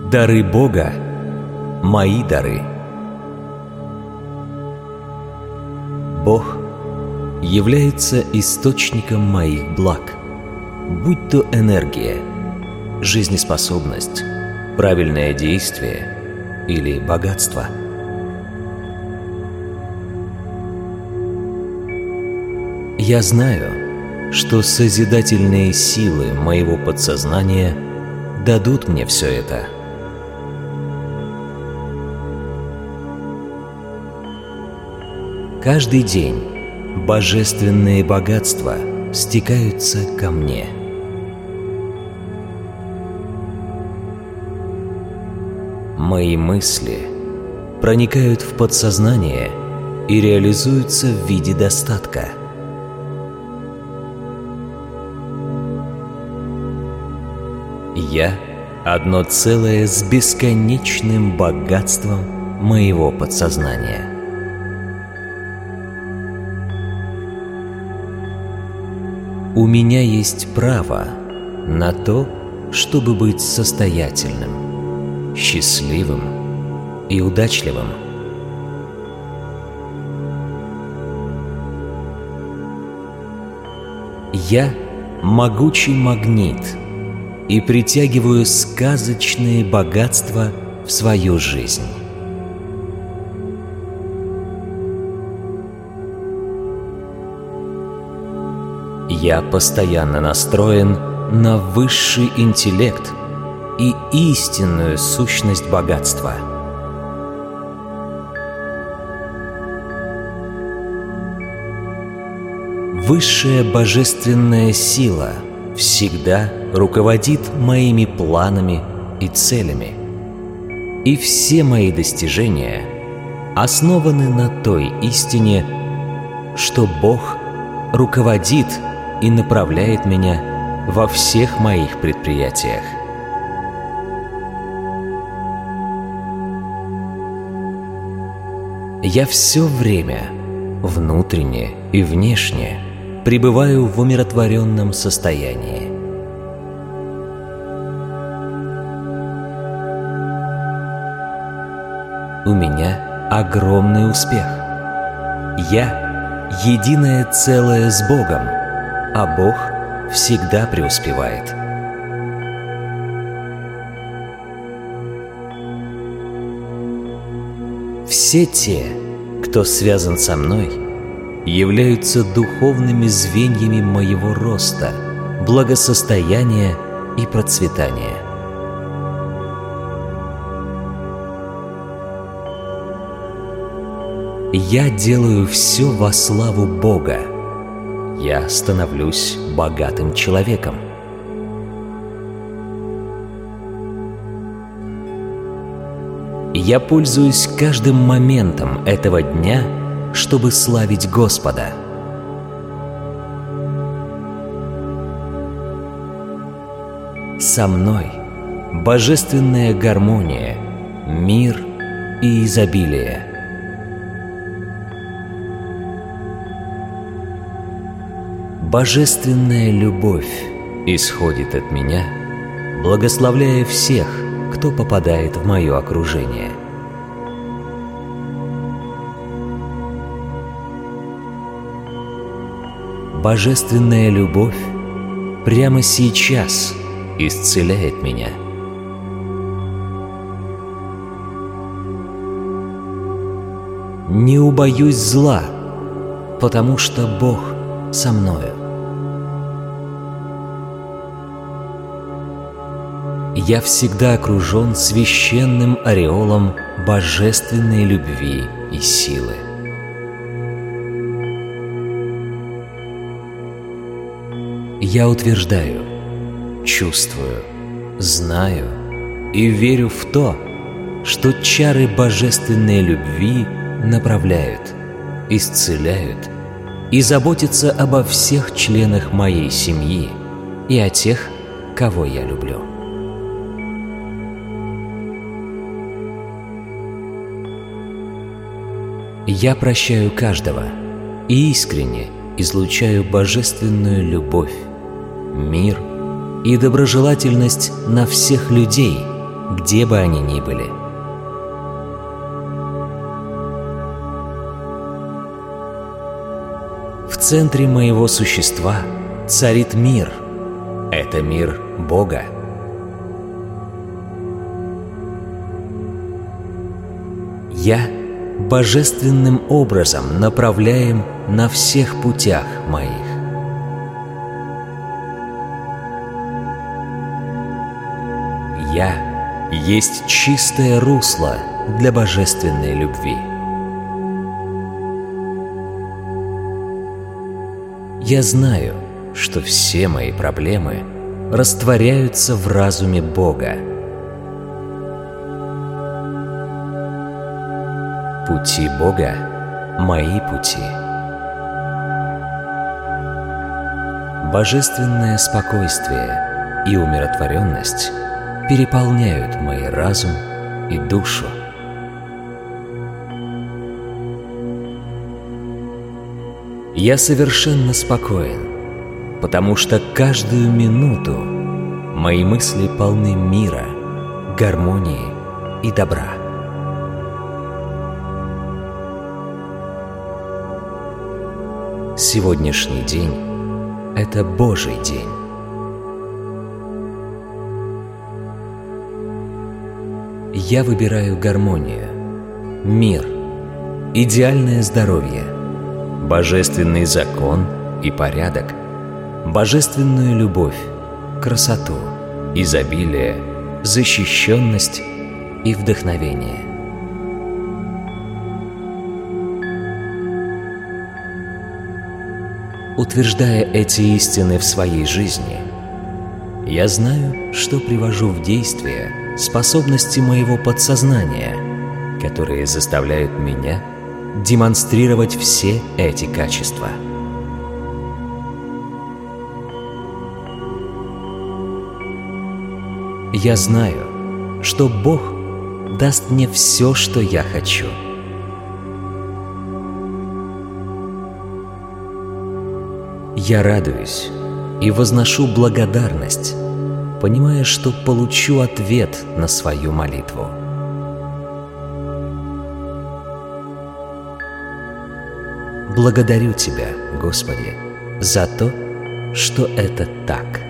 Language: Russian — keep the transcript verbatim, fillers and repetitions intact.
Дары Бога – мои дары. Бог является источником моих благ, будь то энергия, жизнеспособность, правильное действие или богатство. Я знаю, что созидательные силы моего подсознания дадут мне все это. Каждый день божественные богатства стекаются ко мне. Мои мысли проникают в подсознание и реализуются в виде достатка. Я одно целое с бесконечным богатством моего подсознания. У меня есть право на то, чтобы быть состоятельным, счастливым и удачливым. Я могучий магнит и притягиваю сказочные богатства в свою жизнь. Я постоянно настроен на высший интеллект и истинную сущность богатства. Высшая божественная сила всегда руководит моими планами и целями, и все мои достижения основаны на той истине, что Бог руководит и направляет меня во всех моих предприятиях. Я все время, внутренне и внешне, пребываю в умиротворенном состоянии. У меня огромный успех. Я единое целое с Богом, а Бог всегда преуспевает. Все те, кто связан со мной, являются духовными звеньями моего роста, благосостояния и процветания. Я делаю все во славу Бога. Я становлюсь богатым человеком. Я пользуюсь каждым моментом этого дня, чтобы славить Господа. Со мной божественная гармония, мир и изобилие. Божественная любовь исходит от меня, благословляя всех, кто попадает в мое окружение. Божественная любовь прямо сейчас исцеляет меня. Не убоюсь зла, потому что Бог со мною. Я всегда окружен священным ореолом божественной любви и силы. Я утверждаю, чувствую, знаю и верю в то, что чары божественной любви направляют, исцеляют и заботятся обо всех членах моей семьи и о тех, кого я люблю. Я прощаю каждого и искренне излучаю божественную любовь, мир и доброжелательность на всех людей, где бы они ни были. В центре моего существа царит мир. Это мир Бога. Я божественным образом направляем на всех путях моих. Я есть чистое русло для божественной любви. Я знаю, что все мои проблемы растворяются в разуме Бога. Пути Бога – мои пути. Божественное спокойствие и умиротворенность переполняют мой разум и душу. Я совершенно спокоен, потому что каждую минуту мои мысли полны мира, гармонии и добра. Сегодняшний день – это Божий день. Я выбираю гармонию, мир, идеальное здоровье, божественный закон и порядок, божественную любовь, красоту, изобилие, защищенность и вдохновение. Утверждая эти истины в своей жизни, я знаю, что привожу в действие способности моего подсознания, которые заставляют меня демонстрировать все эти качества. Я знаю, что Бог даст мне все, что я хочу. Я радуюсь и возношу благодарность, понимая, что получу ответ на свою молитву. Благодарю Тебя, Господи, за то, что это так.